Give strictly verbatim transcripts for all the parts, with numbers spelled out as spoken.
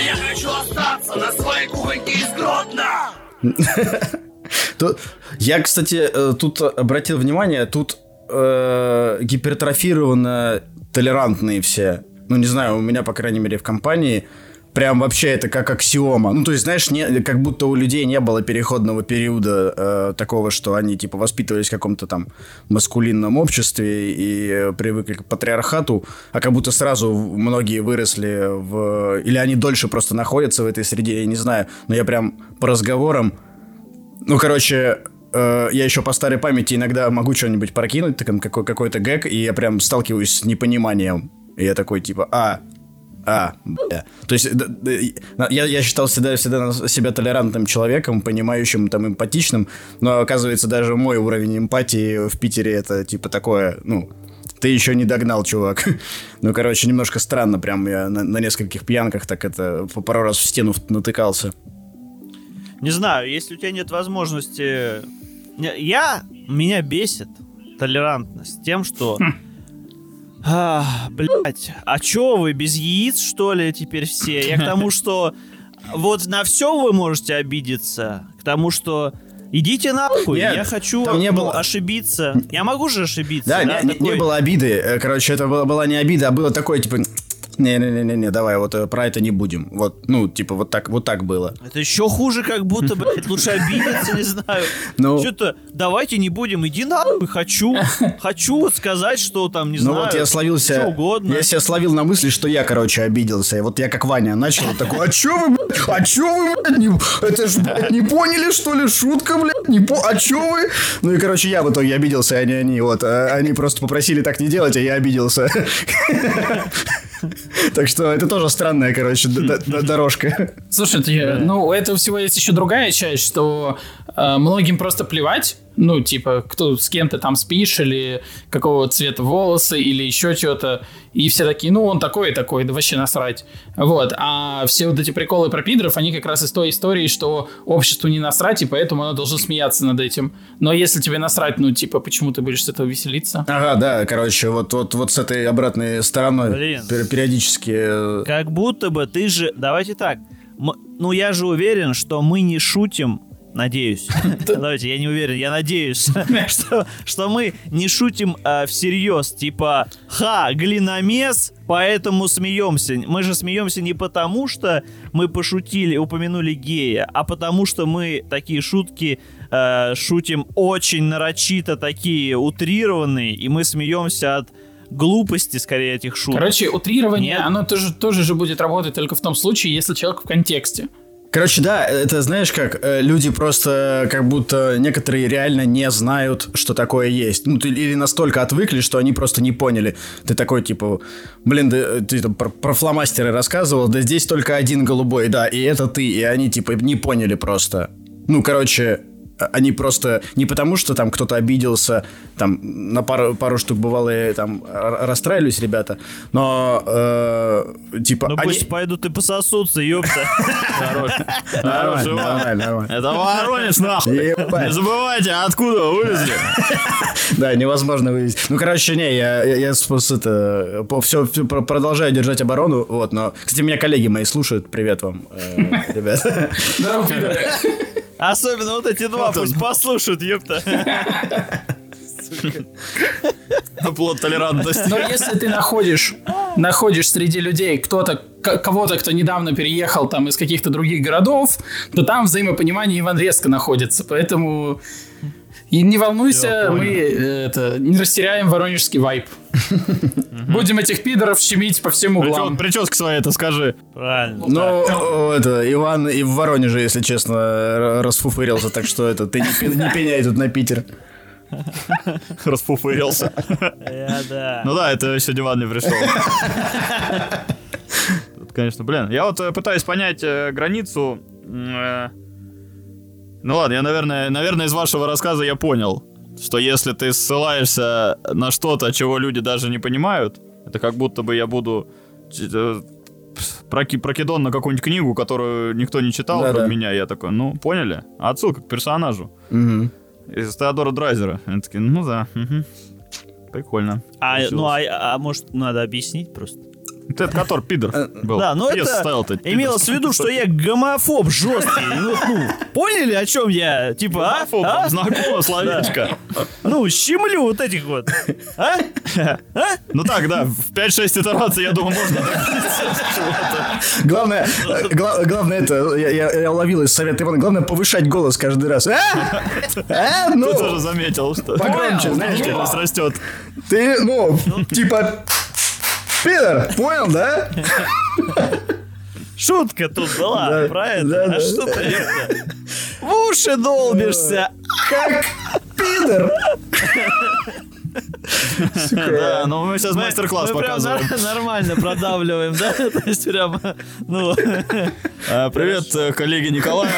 Я хочу остаться на своей кухоньке из Гродно. Я, кстати, тут обратил внимание, тут э, гипертрофировано толерантные все. Ну, не знаю, у меня, по крайней мере, в компании прям вообще это как аксиома. Ну, то есть, знаешь, не, как будто у людей не было переходного периода э, такого, что они, типа, воспитывались в каком-то там маскулинном обществе и привыкли к патриархату, а как будто сразу многие выросли в... Или они дольше просто находятся в этой среде, я не знаю. Но я прям по разговорам... Ну, короче... Я еще по старой памяти иногда могу что-нибудь прокинуть, такой, какой- какой-то гэг, и я прям сталкиваюсь с непониманием. И я такой, типа, а, а, бля. То есть да, да, я, я считал всегда, всегда себя толерантным человеком, понимающим, там, эмпатичным, но, оказывается, даже мой уровень эмпатии в Питере это, типа, такое, ну... Ты еще не догнал, чувак. Ну, короче, немножко странно, прям я на, на нескольких пьянках так это по пару раз в стену натыкался. Не знаю, если у тебя нет возможности... Я... Меня бесит толерантность тем, что... А, блять, а чё вы, без яиц, что ли, теперь все? Я к тому, что... Вот на все вы можете обидеться. К тому, что... Идите нахуй, Нет, я хочу там не ну, было... ошибиться. Я могу же ошибиться. Да, да? не, Такой... не было обиды. Короче, это была, была не обида, а было такое, типа... Не-не-не-не, давай, вот про это не будем. Вот, ну, типа, вот так, вот так было. Это еще хуже, как будто, блядь, лучше обидеться, не знаю. Ну... Что-то, давайте не будем, иди нахуй, хочу. Хочу вот сказать, что там, не ну, знаю. Ну вот я словился, что угодно. Я себя словил на мысли, что я, короче, обиделся. И вот я как Ваня начал такой, а чё вы, блядь, а чё вы, блядь, не... это ж, блядь, не поняли, что ли, шутка, блядь, не по... а чё вы? Ну и, короче, я в итоге обиделся, а не они, вот. Они просто попросили так не делать, а я обиделся. Так что это тоже странная, короче, дорожка. Слушайте, ну у этого всего есть еще другая часть, что э, многим просто плевать, ну типа, кто с кем ты там спишь, или какого цвета волосы, или еще что-то, и все такие, ну он такой и такой, да вообще насрать. Вот, а все вот эти приколы про пидоров, они как раз из той истории, что обществу не насрать, и поэтому оно должно смеяться над этим. Но если тебе насрать, ну типа, почему ты будешь с этого веселиться? Ага, да, короче, вот, вот, вот с этой обратной стороной Блин. периодически... Как будто бы ты же... Давайте так. М- ну, я же уверен, что мы не шутим. Надеюсь. Давайте, я не уверен, я надеюсь, что, что мы не шутим а, всерьез. Типа, ха, глиномес, поэтому смеемся. Мы же смеемся не потому, что мы пошутили, упомянули гея, а потому, что мы такие шутки э, шутим очень нарочито, такие утрированные, и мы смеемся от глупости, скорее, этих шуток. Короче, утрирование, Нет? оно тоже, тоже же будет работать только в том случае, если человек в контексте. Короче, да, это знаешь как, э, люди просто как будто некоторые реально не знают, что такое есть. Ну, ты, или настолько отвыкли, что они просто не поняли. Ты такой, типа, блин, да, ты там про, про фломастеры рассказывал, да здесь только один голубой, да, и это ты, и они, типа, не поняли просто. Ну, короче... Они просто не потому, что там кто-то обиделся, там на пару, пару штук бывало, и там расстраивались ребята, но э, типа... Ну они... пусть пойдут и пососутся, ёпта. Хорош. Нормально. Это Воронеж, нахуй. Не забывайте, откуда вывезли. Да, невозможно вывезти. Ну, короче, не, я, я, я это, все, все продолжаю держать оборону, вот, но... Кстати, меня коллеги мои слушают, привет вам, ребята. Особенно вот эти два, пусть послушают, ёпта. Плод толерантности. Но если ты находишь, находишь среди людей кто-то, к- кого-то, кто недавно переехал там из каких-то других городов, то там взаимопонимание Иван резко находится. Поэтому и не волнуйся, мы э, это, не растеряем воронежский вайб. Будем этих пидоров щемить по всем углам. Прическа своя, это скажи. Правильно. Ну, это, Иван и в Воронеже, если честно, р- расфуфырился, так что это, ты не, пи- не пеняй тут на Питер. Расфуфырился. Я, да. Ну да, это еще диван не пришел. Тут, конечно, блин. Я вот э, пытаюсь понять э, границу. э, Ну ладно, я, наверное, наверное, из вашего рассказа я понял, что если ты ссылаешься на что-то, чего люди даже не понимают, это как будто бы я буду э, проки- прокидон на какую-нибудь книгу, которую никто не читал, Да-да. кроме меня. Я такой, ну, поняли? А отсылка к персонажу. Угу. Из Теодора Драйзера. Они такие, ну да, угу. Прикольно. А, Получилось. ну, а, а может, надо объяснить просто? Это который пидор был. Да, но Пьес это ставил-то, имелось в виду, что я гомофоб жесткий. Ну, ну, поняли, о чем я? Типа, а? Гомофоб, а? знакомое словечко. Ну, щемлю вот этих вот. А? А? Ну так, да, в пять-шесть итераций, я думаю, можно добиться. Главное, э, гла- главное это, я, я, я уловил из совета Ивана, главное повышать голос каждый раз. А? А? Ну, Ты тоже заметил, что погромче, знаешь, как голос растет. ты, ну, типа, пидор, понял, да? Шутка тут была Да, про это. да, А да. что ты это? В уши долбишься. Как пидор. Да, ну мы сейчас Мы- мастер-класс мы прям показываем. нар- нормально продавливаем, да? То есть прям, ну... А, Привет, э, коллеги Николая.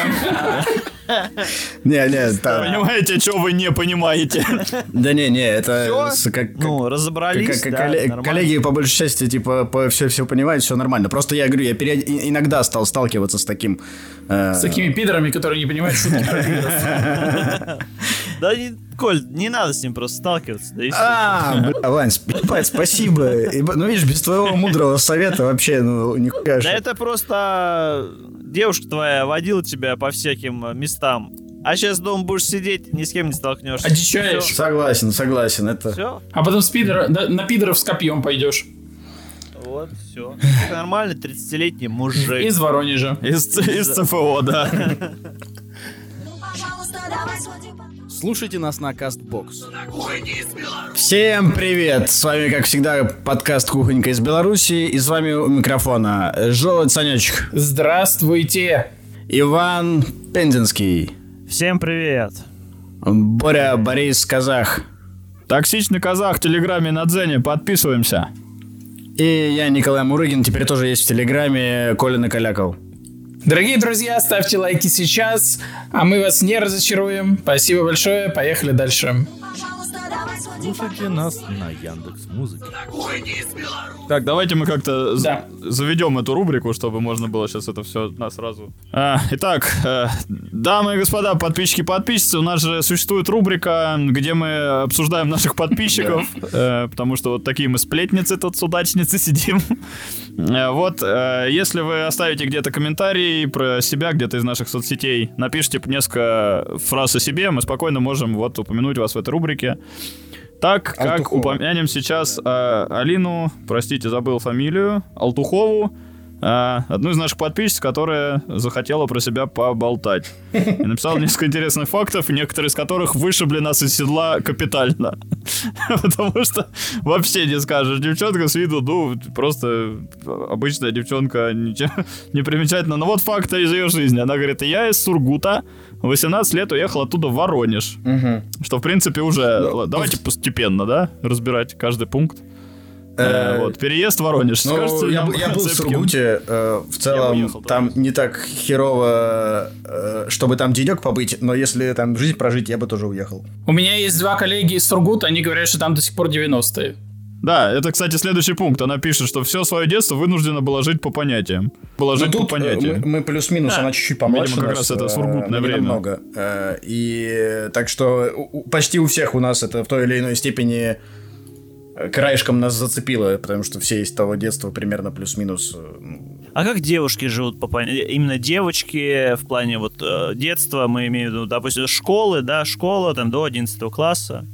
Не, не, там, Понимаете, что вы не понимаете? да не, не, это с- как, как- Ну, разобрались, как- да, колле- нормально. коллеги по большей части типа по, все все понимают, все нормально. Просто я говорю, я период- и- иногда стал сталкиваться с таким. э, С такими пидорами, которые не понимают шутки про пидоров. Да, не- Коль, не надо с ним просто сталкиваться. Да и всё. А, бля, Вань, сп- ебать, спасибо. И, Ну, видишь, без твоего мудрого совета вообще, ну, нихуя. Да ж. это просто девушка твоя водила тебя по всяким э, местам. А сейчас дома будешь сидеть, ни с кем не столкнешься. Одичаешь. Согласен, согласен, это... Все, А потом с пидора, да, на пидоров с копьем пойдешь. вот, все. Нормальный тридцатилетний мужик. Из Воронежа. Из, из ЦФО, да. Слушайте нас на Castbox. Всем привет! С вами, как всегда, подкаст «Кухонька из Беларуси». И с вами у микрофона Желудь Санечек, Здравствуйте. Иван Пензенский, Всем привет. Боря Борис Казах Токсичный казах в Телеграме на Дзене. Подписываемся. и я, Николай Мурыгин, теперь тоже есть в Телеграме Коля Накаляков. Дорогие друзья, ставьте лайки сейчас, а мы вас не разочаруем. Спасибо большое, поехали дальше. Слушайте нас на Яндекс.Музыке. Так, давайте мы как-то з- Да. заведем эту рубрику, чтобы можно было сейчас это все на сразу. А, итак, э, дамы и господа, подписчики, подписчицы, у нас же существует рубрика, где мы обсуждаем наших подписчиков, э, потому что вот такие мы сплетницы тут, судачницы сидим. Э, Вот, э, если вы оставите где-то комментарий про себя, где-то из наших соцсетей, напишите несколько фраз о себе, мы спокойно можем вот упомянуть вас в этой рубрике. Так, как Алтухова. упомянем сейчас э, Алину, простите, забыл фамилию, Алтухову, э, одну из наших подписчиц, которая захотела про себя поболтать. И написала несколько интересных фактов, некоторые из которых вышибли нас из седла капитально. Потому что вообще не скажешь. Девчонка с виду, ну, просто обычная девчонка, ничем не примечательно. Но вот факты из ее жизни. Она говорит, я из Сургута, в восемнадцать лет уехал оттуда в Воронеж. Что, в принципе, уже... Ну, Давайте постепенно, да, разбирать каждый пункт. Э, Э, Вот, переезд в Воронеж. Ну, Кажется, я, мне я был в цепким. Сургуте, э, в целом уехал тоже. там не так херово, э, чтобы там денек побыть, но если там жизнь прожить, я бы тоже уехал. У меня есть два коллеги из Сургута, они говорят, что там до сих пор девяностые. Да, это, кстати, следующий пункт. Она пишет, что все свое детство вынуждена была жить по понятиям. Была жить Ну, по тут, э, понятиям. мы, мы плюс-минус, она чуть-чуть помладше видимо, как нас, раз это э, сургутное но не время. намного. Э, И э, так что у- у- почти у всех у нас это в той или иной степени э, краешком нас зацепило, потому что все из того детства примерно плюс-минус. э, ну, А как девушки живут по понятиям? Именно девочки в плане вот э, детства, мы имеем в виду, допустим, школы, да, школа там до одиннадцатого класса,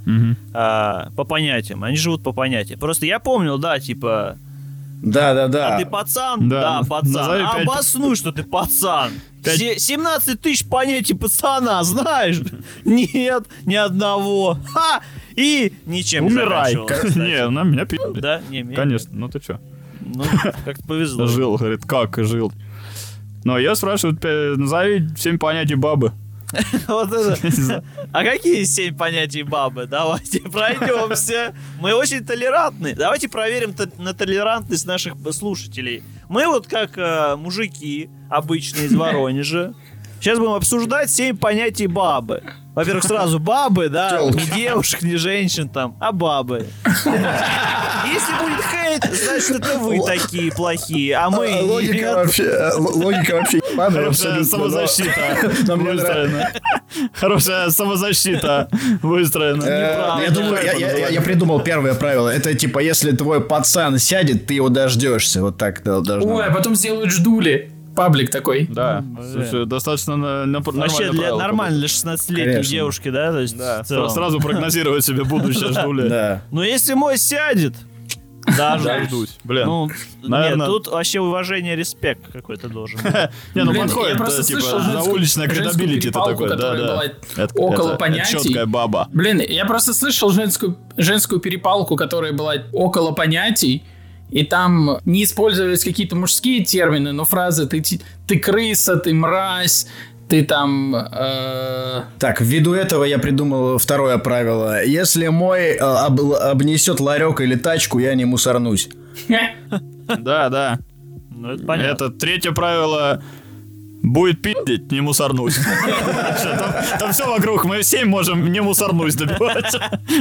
а, по понятиям, они живут по понятиям. Просто я помнил, да, типа, Да-да-да. а ты пацан? Да. Да, пацан. Назови пять- Обоснуй, что ты пацан. Пять- Се- семнадцать тысяч понятий пацана, знаешь? Нет, ни одного. Ха! И ничем не Умирай. заканчивалось, кстати. Не, она меня пи***. Да, не, меня Конечно, ну ты чё? нет. Ну, как-то повезло. Жил, говорит, как жил. Но ее спрашивают, «Пе- назови семь понятий бабы. Вот это. А какие семь понятий бабы? Давайте пройдемся. Мы очень толерантны. Давайте проверим то- на толерантность наших слушателей. Мы вот как э, мужики обычные из Воронежа. Сейчас будем обсуждать семь понятий бабы. Во-первых, сразу бабы, да, не девушек, не женщин там, а бабы. Если будет хейт, значит, это вы такие плохие, а мы Логика нет. вообще, логика вообще ебаная, Хорошая абсолютно. самозащита но мне выстроена. Хорошая самозащита выстроена. Э, Я думаю, я- я я- я придумал первое правило. Это типа, если твой пацан сядет, ты его дождешься. Вот так да, должно Ой, а быть. потом сделают ждули. Паблик такой. Да, слушай, достаточно на- на- Вообще нормальное для, правило. нормально для шестнадцатилетней Конечно. девушки, да? То есть, Да, в целом. сразу прогнозировать себе будущее ждули. Да. Но если мой сядет, даже. Дождусь. Блин. Ну, наверное- нет, тут вообще уважение, респект какой-то должен быть. Не, ну Блин, подходит, я просто да, типа, слышал за женскую- уличное женскую кредабилити ты перепалку, такой, да, которая да. была Это- около это- понятий. это четкая баба. Блин, я просто слышал женскую, женскую перепалку, которая была около понятий, и там не использовались какие-то мужские термины, но фразы «ты, ти- ты крыса», «ты мразь», «ты там...» э, Так, ввиду этого я придумал второе правило. Если мой э, об- обнесет ларек или тачку, я не мусорнусь. Да, да. Ну, это понятно. Это третье правило. Будет пиздить, не мусорнусь. Всё, Там, там все вокруг, мы семь можем не мусорнусь добивать.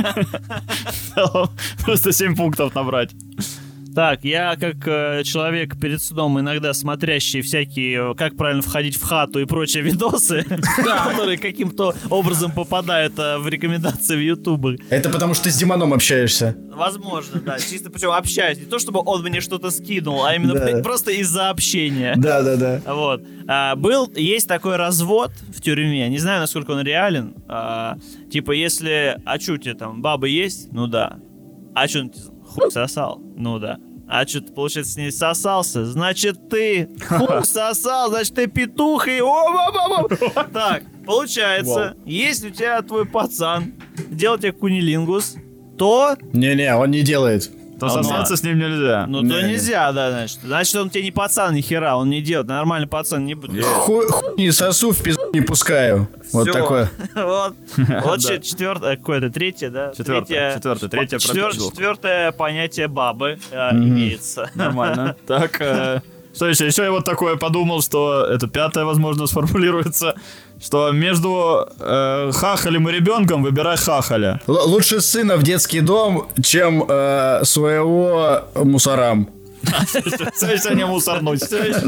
Просто семь пунктов набрать. Так, я как э, человек перед сном, иногда смотрящий всякие, э, как правильно входить в хату и прочие видосы, которые каким-то образом попадают э, в рекомендации в Ютубе. Это потому, что ты с Димоном общаешься. Возможно, да. Чисто причем общаюсь. Не то, чтобы он мне что-то скинул, а именно Да. просто из-за общения. Да, да, да. Вот. А, был, есть такой развод в тюрьме. Не знаю, насколько он реален. А, типа, если, а чё у тебя там, бабы есть? Ну да. А чё он тебе хуй сосал? Ну да. А что ты, получается, с ней сосался? Значит, ты хуй сосал, значит, ты петух и... О-ба-ба-ба. Так, получается, если у тебя твой пацан делал тебе кунилингус, то... Не-не, он не делает. То сосаться с ним нельзя. Ну, то Не-не. нельзя, да, значит. Значит, он тебе не пацан ни хера, он не делает. Нормальный пацан не будет. Хуй, хуй не сосу, в пизду не пускаю. Вот Всё. такое. Вот. Вот че- четвертое, какое-то, третье, да? Четвертое, Третье- четвертое, третье четвер- пропиздил. Четвертое понятие бабы э, имеется. Нормально. Так, э, что еще? Еще я вот такое подумал, что это пятое, возможно, сформулируется, что между э, хахалем и ребенком выбирай хахаля. Л- лучше сына в детский дом, чем э, своего мусорам. Все еще не мусорнуть.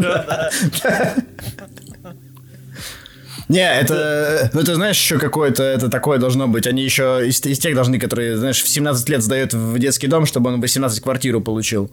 Не, это, ну, это знаешь, еще какое-то, это такое должно быть. Они еще из, из тех должны, которые, знаешь, в семнадцать лет сдают в детский дом, чтобы он в восемнадцать квартиру получил.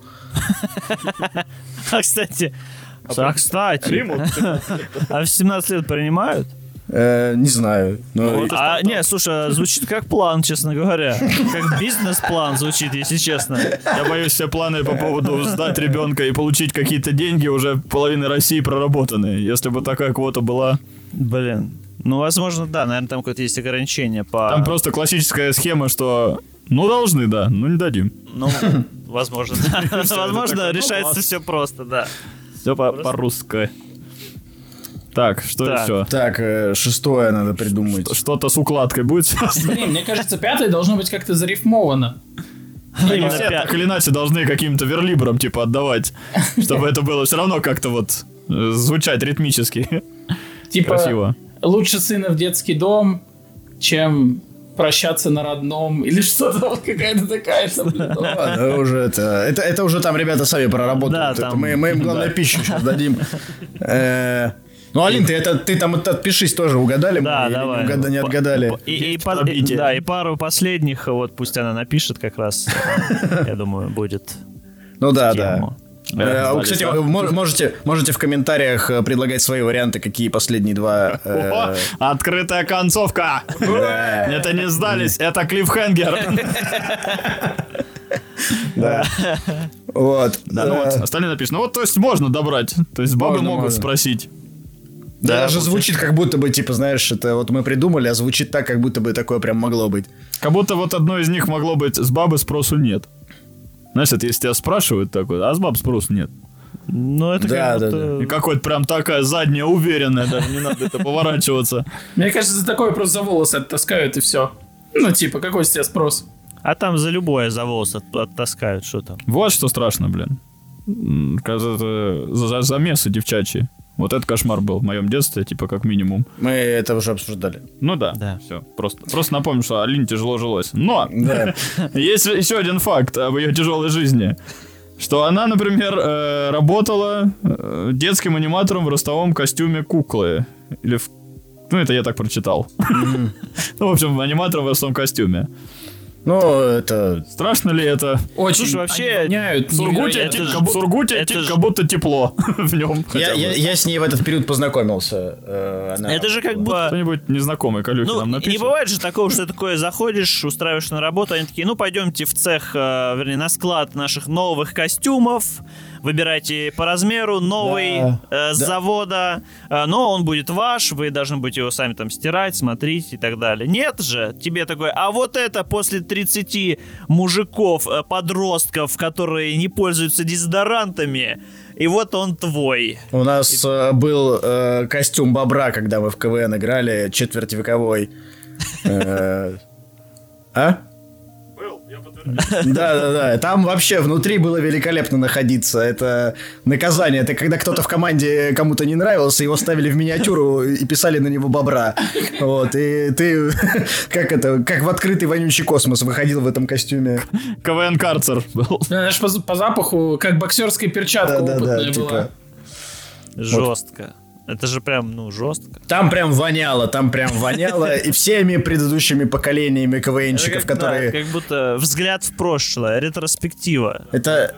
А, кстати... А, кстати... А в семнадцать лет принимают? Э, не знаю. Но... А, не, слушай, звучит как план, честно говоря. Как бизнес-план звучит, если честно. Я боюсь, все планы по поводу сдать ребенка и получить какие-то деньги уже половины России проработаны. Если бы такая квота была... Блин. Ну, возможно, да, наверное, там какое-то есть ограничение по... Там просто классическая схема, что... Ну, должны, да, но не дадим. Ну, возможно, да. Возможно, решается все просто, да. Все по-русски. Так, что Так. еще? Так, э, шестое надо придумать. Что-то с укладкой будет связано? Блин, мне кажется, пятое должно быть как-то зарифмовано. Они Именно все пя- так или иначе должны каким-то верлибрам типа отдавать, чтобы это было все равно как-то вот э, звучать ритмически. Типа, Красиво. лучше сына в детский дом, чем прощаться на родном, или что-то вот какая-то такая. там, блин, ну ладно. Ладно, уже это, это, это уже там ребята сами проработают. Да, Это там- мы, мы им главное пищу сейчас дадим. Э, Ну, Алин, ты это ты там это отпишись тоже, угадали мы Да, или давай. не угада- не отгадали? И, и, в по- орбите. да, и пару последних, вот пусть она напишет как раз, я думаю, будет Ну да, да. тему. Э, Да, Кстати, да. вы мо- можете, можете в комментариях э, предлагать свои варианты, какие последние два. э, О, открытая концовка! Да. Это не сдались, это клиффхенгер. Да. Вот. Да, ну вот, Э, остальные напишут. Ну вот, то есть можно добрать. То есть бабы Можно, могут можно. спросить. Да, даже звучит как будто бы, типа, знаешь, это вот мы придумали, а звучит так, как будто бы такое прям могло быть. Как будто вот одно из них могло быть с бабы спросу нет. Знаешь, это если тебя спрашивают такой, а с баб спросу нет. Ну, это Да, как да, будто... И какой-то прям такая задняя, уверенная, даже не надо это поворачиваться. Мне кажется, за такое просто за волосы оттаскают и все. Ну, типа, какой с тебя спрос? А там за любое за волос от- оттаскают, что там. Вот что страшно, блин. М, кажется, за- замесы девчачьи. Вот это кошмар был в моем детстве, типа, как минимум. Мы это уже обсуждали. Ну да, Да. все. Просто, просто напомню, что Алине тяжело жилось. Но Да. есть еще один факт об ее тяжелой жизни. Что она, например, э, работала э, детским аниматором в ростовом костюме куклы. Или в... Ну, это я так прочитал. Ну, в общем, аниматором в ростовом костюме. Ну, это... Страшно ли это? Очень. Слушай, вообще, Они воняют В Сургуте, невероятно. это же- как, в Сургуте это как, же- будто тепло в нем. Я, хотя бы. я, я с ней в этот период познакомился. э, она Это же как работала. бы... Кто-нибудь незнакомый Калюхи Ну, нам напишет. не бывает же такого, что ты такое заходишь, устраиваешься на работу, они такие, ну, пойдемте в цех, э, вернее, на склад наших новых костюмов, выбирайте по размеру новый Да, э, с да. завода, э, но он будет ваш, вы должны будете его сами там стирать, смотреть и так далее. Нет же, тебе такой, а вот это после тридцати мужиков, э, подростков, которые не пользуются дезодорантами, и вот он твой. У нас э, был э, костюм бобра, когда мы в КВН играли, четвертьвековой. Э, А? Да, да, да. Там вообще внутри было великолепно находиться. Это наказание. Это когда кто-то в команде кому-то не нравился, его ставили в миниатюру и писали на него бобра. Вот. И ты, как это, как в открытый вонючий космос выходил в этом костюме. КВН-карцер был. Знаешь, по, по запаху, как боксерская перчатка Да, да, опытная да. была. Типа. Жестко. Это же прям, ну, жестко. Там прям воняло, там прям воняло. И всеми предыдущими поколениями Это КВНщиков, как, да, которые... как будто взгляд в прошлое, ретроспектива. Это...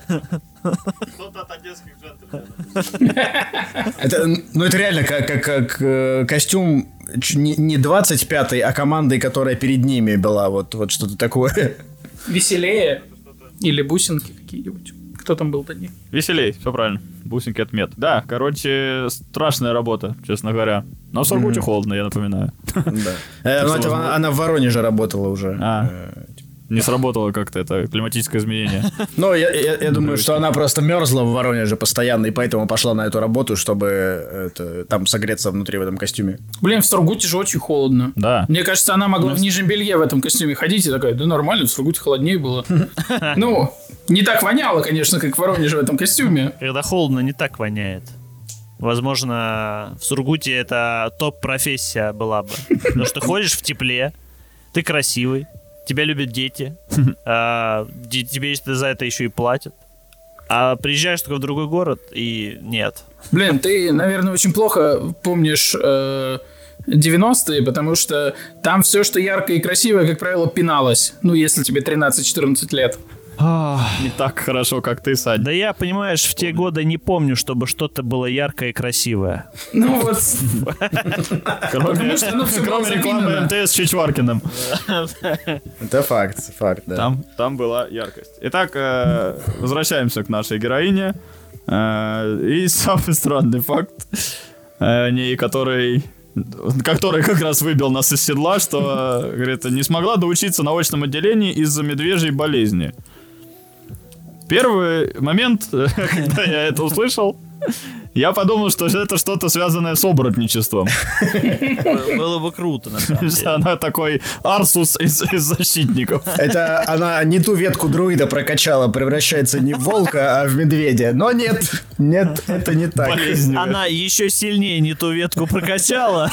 Это, ну, это реально как, как, как э, костюм ч- не, не двадцать пятый, а командой, которая перед ними была. Вот, вот что-то такое. Веселее. Или бусинки какие-нибудь. Кто там был до них? Веселей, все правильно. Бусинки от мед. Да, короче, страшная работа, честно говоря. Но в Сургуте холодно, я напоминаю. Да. Э, ну, это она, она в Воронеже работала уже. А. Э, Не сработало как-то это климатическое изменение. Ну, я, я, я думаю, что она просто мерзла в Воронеже постоянно, и поэтому пошла на эту работу, чтобы это, там согреться внутри в этом костюме. Блин, в Сургуте же очень холодно. Да. Мне кажется, она могла в нижнем белье в этом костюме ходить и такая, да нормально, в Сургуте холоднее было. Ну, не так воняло, конечно, как в Воронеже в этом костюме. Когда холодно, не так воняет. Возможно, в Сургуте это топ-профессия была бы. Потому что ходишь в тепле, ты красивый, тебя любят дети, а, де- тебе за это еще и платят. А приезжаешь только в другой город, и нет. Блин, ты, наверное, очень плохо помнишь э, девяностые, потому что там все, что яркое и красивое, как правило, пиналось. Ну, если тебе тринадцать-четырнадцать лет. Не так хорошо, как ты, Сань. Да я, понимаешь, в те годы не помню, чтобы что-то было яркое и красивое. Ну вот, Кроме, что оно всё было кроме рекламы запинано. МТС с Чичваркиным. Это факт, факт, да. Там, там была яркость. Итак, э, возвращаемся к нашей героине. Э, и самый странный факт, э, не, который, который как раз выбил нас из седла, что, э, говорит, не смогла доучиться на очном отделении из-за медвежьей болезни. Первый момент, когда я это услышал, я подумал, что это что-то связанное с оборотничеством. Было бы круто, на самом деле. Она такой Арсус из, из защитников. Это она не ту ветку друида прокачала, превращается не в волка, а в медведя. Но нет, нет, это не так. Болезнь. Она еще сильнее не ту ветку прокачала.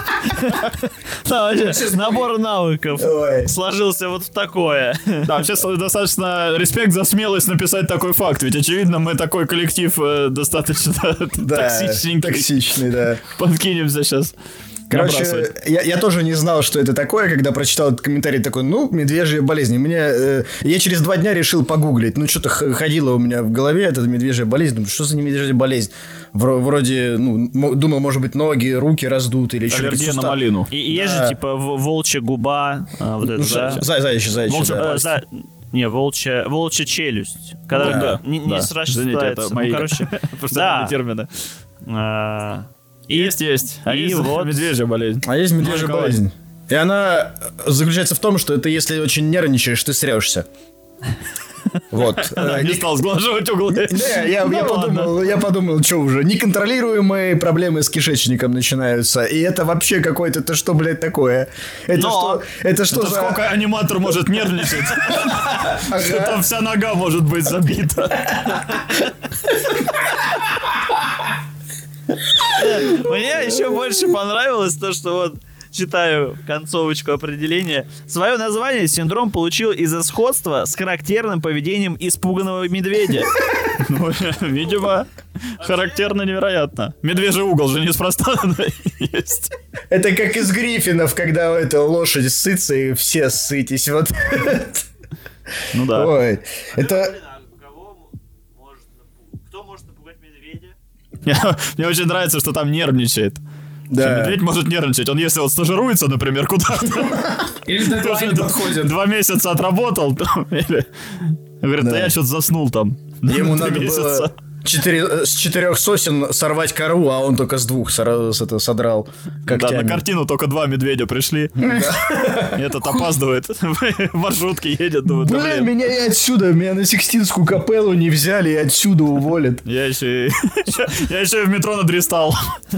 Там вообще набор навыков Ой. сложился вот в такое. Да, сейчас достаточно респект за смелость написать такой факт, ведь очевидно мы такой коллектив э, достаточно Да, токсичненький. токсичный, да. Подкинемся сейчас. Короче, я, я тоже не знал, что это такое, когда прочитал этот комментарий, такой, ну, медвежья болезнь. Мне, э, я через два дня решил погуглить. Ну, что-то х- ходило у меня в голове, эта медвежья болезнь. Думаю, что за медвежья болезнь? Вро- вроде, ну, м- думал, может быть, ноги, руки раздут или еще Аллергия на малину. И, и есть же, типа, в- волчья губа, а, вот это, Ну, да? за- заячья, заячья, Волчья- да. э, за- Не, волчья, волчья челюсть. Когда Да, да, не, не да. сращивается. Извините, это Ну, мои короче, профессиональные да. термины. А, и Есть, есть. А и есть вот- медвежья болезнь. А есть медвежья Ну, Николай. болезнь. И она заключается в том, что это если очень нервничаешь, ты срёшься. Вот. Э, Не не- стал сглаживать углы. Не, я, я Ну, ладно. подумал, я подумал, что уже, неконтролируемые проблемы с кишечником начинаются, и это вообще какое-то, это что, блядь, такое? Это Но- что, это что Это за... сколько аниматор может нервничать? Что там вся нога может быть забита. Мне еще больше понравилось то, что вот читаю концовочку определения. Свое название синдром получил из-за сходства с характерным поведением испуганного медведя. Ну, видимо, характерно невероятно. Медвежий угол же неспроста есть. Это как из Гриффинов, когда эта лошадь ссытся, и все ссытесь. Вот. Ну да. Ой, это... Кто может напугать медведя? Мне очень нравится, что там нервничает. Да. Медведь может нервничать. Он если вот стажируется, например, куда-то. Или дедлайн подходит. Два месяца отработал. Или... Говорит, да я что-то заснул там. Ему надо было четыре, с четырех сосен сорвать кору, а он только с двух содрал когтями. Да, на картину только два медведя пришли. Этот опаздывает. В маршрутке едет. Думает, блин, меня и отсюда, меня на Сикстинскую капеллу не взяли и отсюда уволят. Я еще я еще в метро надристал.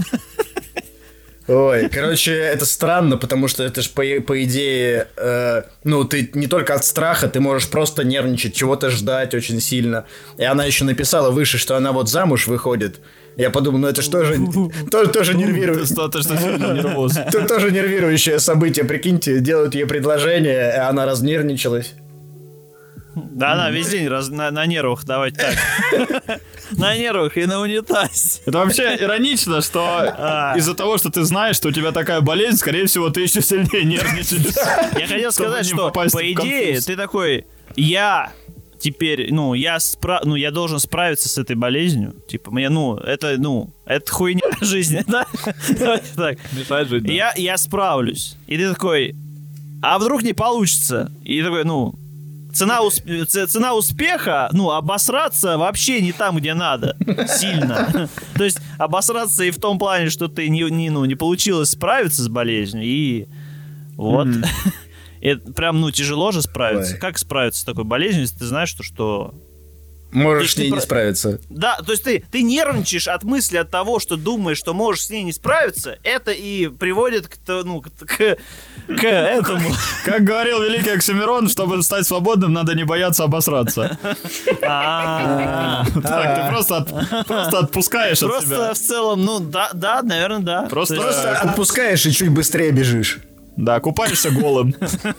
Ой, короче, это странно, потому что это же по, по идее, э, ну, ты не только от страха, ты можешь просто нервничать, чего-то ждать очень сильно. И она еще написала выше, что она вот замуж выходит. Я подумал, ну это что же тоже, тоже нервирует. Достаточно сильно нервоз. Тут тоже нервирующее событие, прикиньте, делают ей предложение, и она разнервничалась. Да, она весь день раз, на, на нервах, давайте так. На нервах и на унитазе. Это вообще иронично, что из-за того, что ты знаешь, что у тебя такая болезнь, скорее всего, ты еще сильнее нервничаешь. Я хотел сказать, что по идее ты такой, я теперь, ну, я спра- ну, я должен справиться с этой болезнью. Типа, мне, ну, это, ну, это хуйня жизни, да? Так. Мешает жить, да. Я, я справлюсь. И ты такой, а вдруг не получится? И такой, ну, Цена, усп- цена успеха, ну, обосраться вообще не там, где надо. Сильно. То есть обосраться и в том плане, что ты не, не, ну, не получилось справиться с болезнью. И вот. Mm-hmm. Это прям, ну, тяжело же справиться. Ой. Как справиться с такой болезнью, если ты знаешь, что... что... Можешь с ней не про... справиться. Да, то есть ты, ты нервничаешь от мысли, от того, что думаешь, что можешь с ней не справиться. Это и приводит к, ну, к, к, к этому. Как говорил великий Оксимирон, чтобы стать свободным, надо не бояться обосраться. Так, ты просто отпускаешь от себя. Просто в целом, ну, да, да, наверное, да. Просто отпускаешь и чуть быстрее бежишь. Да, купаешься голым.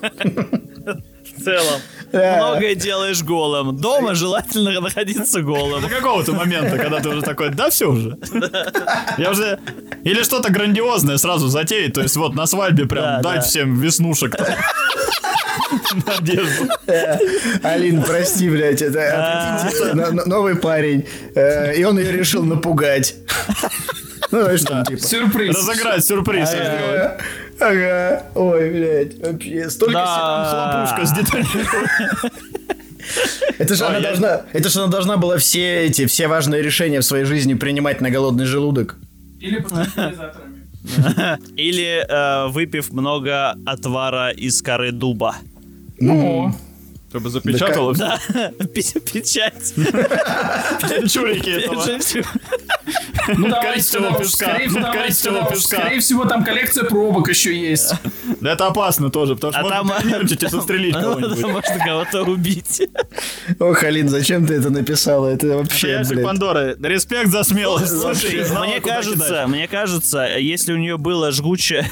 В целом. Многое делаешь голым. Дома желательно находиться голым. До какого-то момента, когда ты уже такой, да все уже. Я уже... Или что-то грандиозное сразу затеять. То есть вот на свадьбе прям да, дать да. всем веснушек. Надежду. Алин, прости, блядь, это новый парень. И он ее решил напугать. Ну, что типа. Сюрприз. Разыграть сюрприз сделать. Ага, ой, блядь, вообще, столько да. хлопушка с деталью. Это же, она я... должна, это же она должна была все эти, все важные решения в своей жизни принимать на голодный желудок. Или под транквилизаторами. Или э, выпив много отвара из коры дуба. Ну, чтобы запечатало. Да, печать. Чурики этого. Ну, количество песка. Скорее всего, там коллекция пробок еще есть. Да это опасно тоже, потому что можно нервничать и застрелить кого-нибудь. Можно кого-то убить. Ох, Алин, зачем ты это написала? Это вообще, Ящик Пандоры. Респект за смелость. Слушай, мне кажется, мне кажется, если у нее было жгучее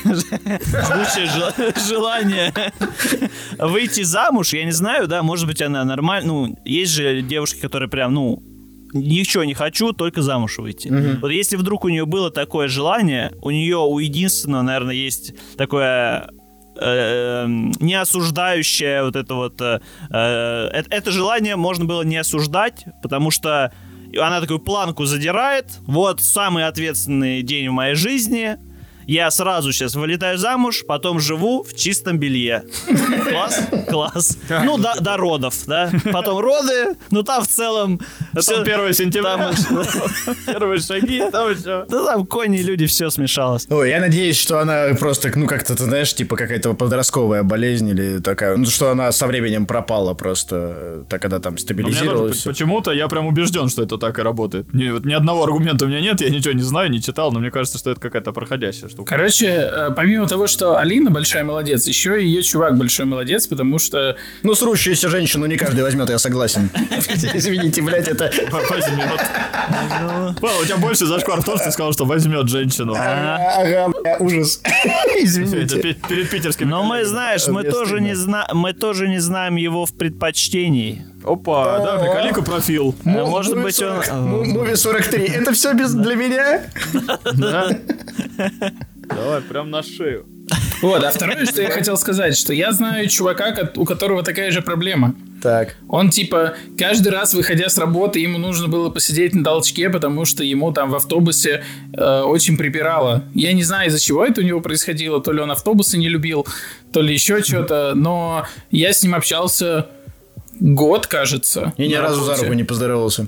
желание выйти замуж, я не знаю, да, может быть, она нормально, ну, есть же девушки, которые прям, ну, ничего не хочу, только замуж выйти. Mm-hmm. Вот если вдруг у нее было такое желание, у нее у единственного, наверное, есть такое э, не осуждающее вот это вот... Э, э, это желание можно было не осуждать, потому что она такую планку задирает. Вот самый ответственный день в моей жизни. Я сразу сейчас вылетаю замуж, потом живу в чистом белье. Класс? Класс. Ну, до, до родов, да. Потом роды, ну там в целом... Это первое сентября. Первые шаги, там все. Да там кони, люди, все смешалось. Ой, я надеюсь, что она просто, ну как-то, ты знаешь, типа какая-то подростковая болезнь или такая, ну что она со временем пропала просто, так когда там стабилизировалась. Почему-то я прям убежден, что это так и работает. Ни, вот, ни одного аргумента у меня нет, я ничего не знаю, не читал, но мне кажется, что это какая-то проходящая штука. штука. Короче, помимо того, что Алина большая молодец, еще и ее чувак большой молодец, потому что... Ну, срущуюся женщину не каждый возьмет, я согласен. Извините, блядь, это... Возьмет. Павел, у тебя больше зашквар в том, что ты сказал, что возьмет женщину. Ага, бля, ужас. Извините. Это перед питерским. Но мы, знаешь, мы тоже, не зна... мы тоже не знаем его в предпочтении. Опа, да, приколика профил. Может быть, он... Муви сорок три. Это все без для меня? Да. Давай, прям на шею. Вот, а второе, что я хотел сказать, что я знаю чувака, у которого такая же проблема. Так. Он, типа, каждый раз, выходя с работы, ему нужно было посидеть на толчке, потому что ему там в автобусе э, очень припирало. Я не знаю, из-за чего это у него происходило. То ли он автобусы не любил, то ли еще что-то. Но я с ним общался год, кажется. И ни разу за руку не поздоровался.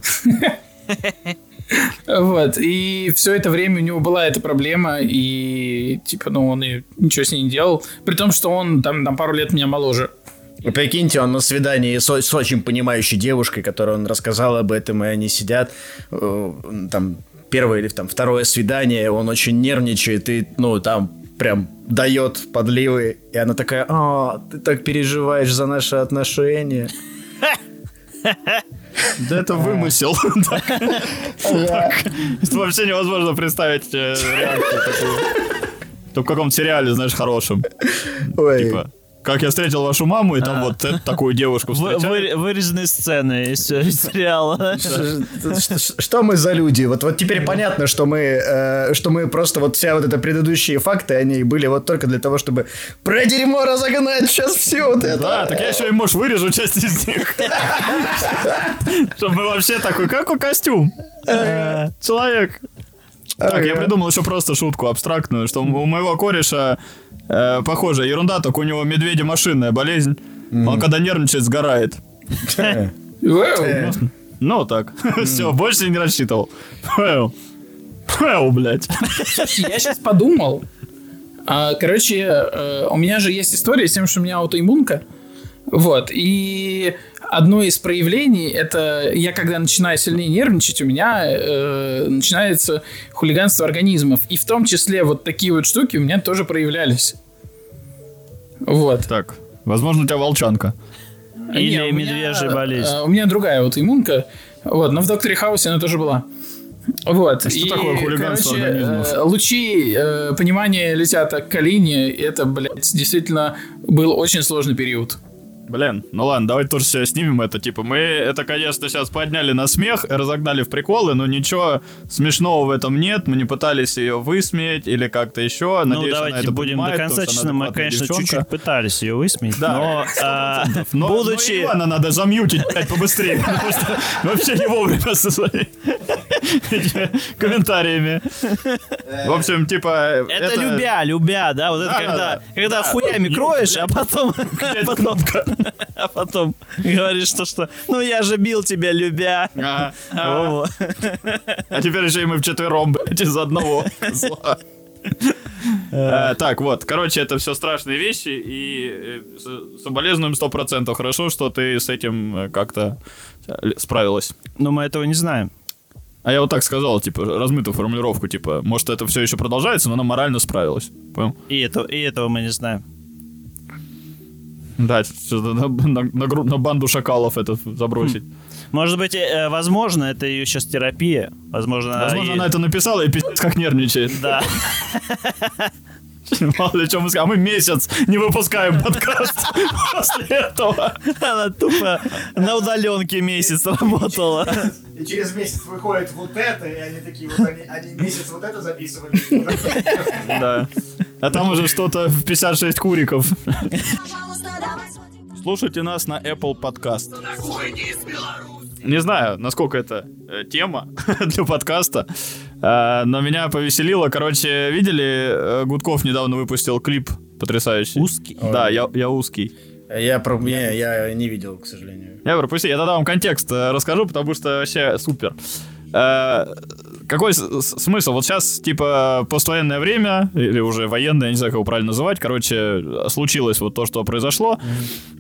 Вот, и все это время у него была эта проблема, и, типа, ну, он и ничего с ней не делал, при том, что он там на пару лет меня моложе. И прикиньте, он на свидании с, с очень понимающей девушкой, которой он рассказал об этом, и они сидят, э, там, первое или там второе свидание, он очень нервничает, и, ну, там прям дает подливы, и она такая: «А, ты так переживаешь за наши отношения». Да это вымысел. Вообще невозможно представить реакцию такую. В каком-то сериале, знаешь, хорошем. Типа, как я встретил вашу маму, и там вот такую девушку встречали. Вырезанные сцены из сериала. Что мы за люди? Вот вот теперь понятно, что мы что мы просто вот вся вот это предыдущие факты, они были вот только для того, чтобы про дерьмо разогнать сейчас все вот это. Да, так я еще и, может, вырежу часть из них. Чтобы вообще такой, как у костюм. Человек. Так, я придумал еще просто шутку абстрактную, что у моего кореша э, похожая ерунда, только у него медведя-машинная болезнь. Mm-hmm. Он когда нервничает, сгорает. Ну так, все, больше не рассчитывал. Блять. Я сейчас подумал. Короче, у меня же есть история с тем, что у меня аутоиммунка. Вот, и одно из проявлений, это я когда начинаю сильнее нервничать, у меня э, начинается хулиганство организмов. И в том числе вот такие вот штуки у меня тоже проявлялись. Вот. Так, возможно, у тебя волчанка. Или Не, медвежья меня, болезнь. У меня другая вот иммунка. Вот, но в Докторе Хаусе она тоже была. Вот. А что и, такое хулиганство короче, организмов? Э, лучи э, понимания летят к Алине. Это, блядь, действительно был очень сложный период. Блин, ну ладно, давайте тоже все снимем это. Типа, мы это, конечно, сейчас подняли на смех, разогнали в приколы, но ничего смешного в этом нет. Мы не пытались ее высмеять или как-то еще. Ну, Надеюсь, давайте будем до конца честно. Мы, конечно, девчонка. чуть-чуть пытались ее высмеять, да, но, а, но будучи... Но Ивана надо замьютить, блядь, побыстрее, потому что вообще не вовремя со своими комментариями. В общем, типа... Это, это... любя, любя, да? Вот это да, когда, да, когда да. хуями Ну, кроешь, блядь. а потом... потом а потом говоришь, что, что ну я же бил тебя, любя. Ага. Во-во. А теперь еще и мы вчетвером, блядь, из одного зла. А, так, вот, короче, это все страшные вещи, и э, соболезнуем сто процентов. Хорошо, что ты с этим э, как-то справилась. Но мы этого не знаем. А я вот так сказал, типа, размытую формулировку, типа, может, это все еще продолжается, но она морально справилась. Понял? И, это, и этого мы не знаем. Да, на, на, на, на банду шакалов это забросить. Может быть, э, возможно, это ее сейчас терапия. Возможно, Возможно, и... она это написала и пиздец как нервничает. Да. Мало ли, что мы скажем. А мы месяц не выпускаем подкаст после этого. Она тупо на удаленке месяц работала. И через месяц выходит вот это, и они такие вот, они, они месяц вот это записывали. Да. А там уже что-то в пятьдесят шесть куриков. Слушайте нас на Apple Podcast. Не знаю, насколько это э, тема для подкаста, э, но меня повеселило. Короче, видели, э, Гудков недавно выпустил клип потрясающий. Узкий? Да, я, я узкий. Я, про... я, я не видел, к сожалению. Я пропустил. Я тогда вам контекст э, расскажу, потому что вообще супер. Э, какой с- смысл? Вот сейчас, типа, поствоенное время, или уже военное, я не знаю, как его правильно называть, короче, случилось вот то, что произошло.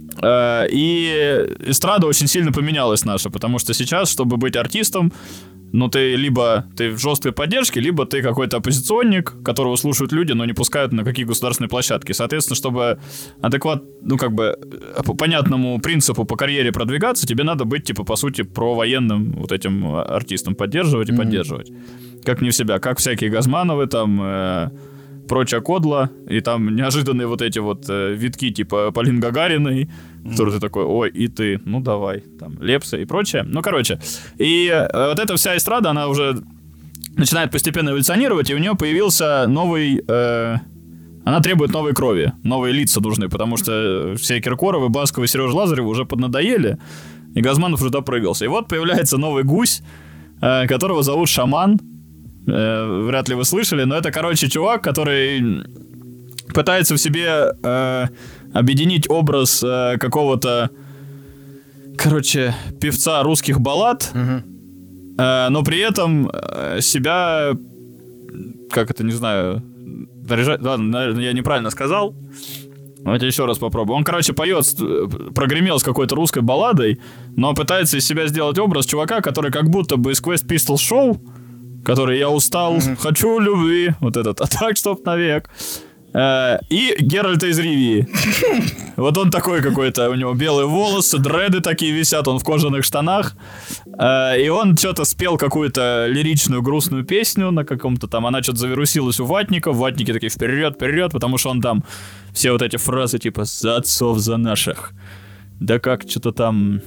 Э, и эстрада очень сильно поменялась наша, потому что сейчас, чтобы быть артистом, ну, ты либо ты в жесткой поддержке, либо ты какой-то оппозиционник, которого слушают люди, но не пускают на какие государственные площадки. Соответственно, чтобы адекват, ну, как бы, по понятному принципу по карьере продвигаться, тебе надо быть, типа, по сути, провоенным вот этим артистам, поддерживать и mm-hmm. поддерживать. Как не в себя, как всякие Газмановы, там, э, прочая кодла, и там неожиданные вот эти вот э, витки, типа, Полины Гагариной, который ты такой, ой, и ты, ну давай, там, Лепса и прочее. Ну, короче, и э, вот эта вся эстрада, она уже начинает постепенно эволюционировать, и у нее появился новый... Э, она требует новой крови, новые лица нужны, потому что все Киркоровы, Басковы, Сережа Лазарев уже поднадоели, и Газманов уже допрыгался. И вот появляется новый гусь, э, которого зовут Шаман. Э, вряд ли вы слышали, но это, короче, чувак, который пытается в себе... Э, объединить образ э, какого-то, короче, певца русских баллад, uh-huh. э, но при этом э, себя, как это, не знаю, наряжать... Ладно, наверное, я неправильно сказал. Давайте еще раз попробую. Он, короче, поет, прогремел с какой-то русской балладой, но пытается из себя сделать образ чувака, который как будто бы из Quest Pistols Show, который «Я устал, uh-huh. хочу любви», вот этот, а так, чтоб навек. И Геральта из Ривии. Вот он такой какой-то, у него белые волосы, дреды такие висят, он в кожаных штанах. И он что-то спел какую-то лиричную грустную песню на каком-то там, она что-то завирусилась у ватников, ватники такие вперед, вперед, потому что он там все вот эти фразы типа «за отцов, за наших», да как что-то там...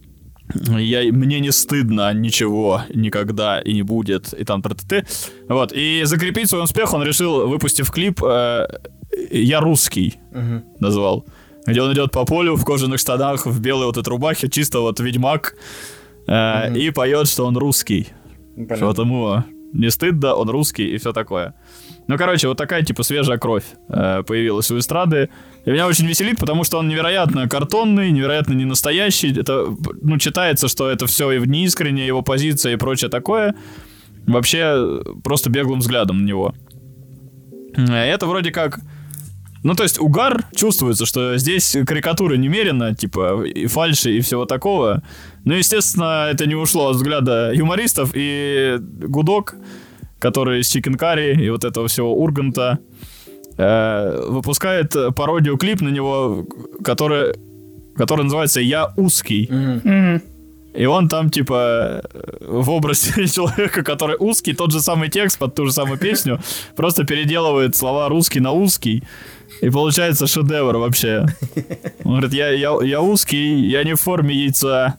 Я, мне не стыдно ничего никогда и не будет, и там тра-та-ты. Вот, и закрепить свой успех он решил, выпустив клип э, «Я русский», uh-huh. назвал, где он идет по полю в кожаных штанах, в белой вот этой рубахе, чисто вот ведьмак, э, uh-huh. и поет, что он русский. Понятно. Что вот ему не стыдно, он русский и все такое. Ну, короче, вот такая, типа, свежая кровь э, появилась у эстрады. И меня очень веселит, потому что он невероятно картонный, невероятно ненастоящий. Это, ну, читается, что это все и неискренне, его позиция и прочее такое. Вообще, просто беглым взглядом на него. Это вроде как... Ну, то есть, угар чувствуется, что здесь карикатуры немерено, типа, и фальши, и всего такого. Но, естественно, это не ушло от взгляда юмористов, и гудок, который с Chicken Curry и вот этого всего Урганта, э, выпускает пародию-клип на него, который, который называется «Я узкий». Mm-hmm. Mm-hmm. И он там, типа, в образе человека, который узкий, тот же самый текст под ту же самую песню, просто переделывает слова «русский» на «узкий». И получается шедевр вообще. Он говорит, я, я, я узкий, я не в форме яйца.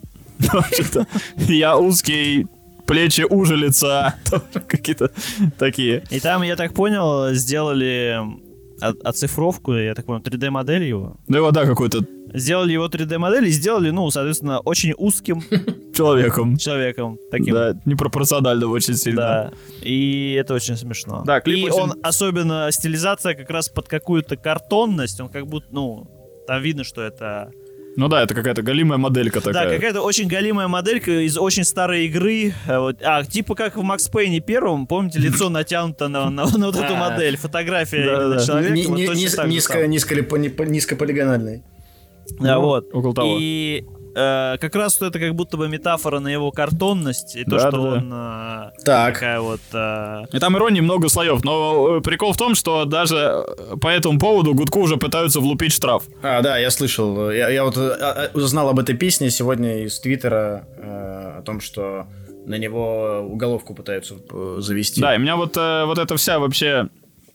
Я узкий, плечи уже лица. Какие-то такие. И там, я так понял, сделали оцифровку, я так понял, три дэ-модель его. Ну его, да, какой-то. Сделали его три дэ-модель и сделали, ну, соответственно, очень узким человеком. Человеком. Таким. Да, непропорционально очень сильно. Да. И это очень смешно. Да, клип и очень... он, особенно стилизация как раз под какую-то картонность, он как будто, ну, там видно, что это... Ну да, это какая-то галимая моделька такая. Да, какая-то очень галимая моделька из очень старой игры. Вот. А, типа как в Макс Пейне первом, помните, лицо натянуто на, на, на вот эту модель, фотография человека. Низкополигональный. Да, вот. Около того. И э, как раз вот это как будто бы метафора на его картонность и то, да, что да, он да. э, так. такая вот... Э... И там иронии много слоев, но прикол в том, что даже по этому поводу Гудку уже пытаются влупить штраф. А, да, я слышал. Я, я вот узнал об этой песне сегодня из Твиттера э, о том, что на него уголовку пытаются завести. Да, и у меня вот, э, вот эта вся вообще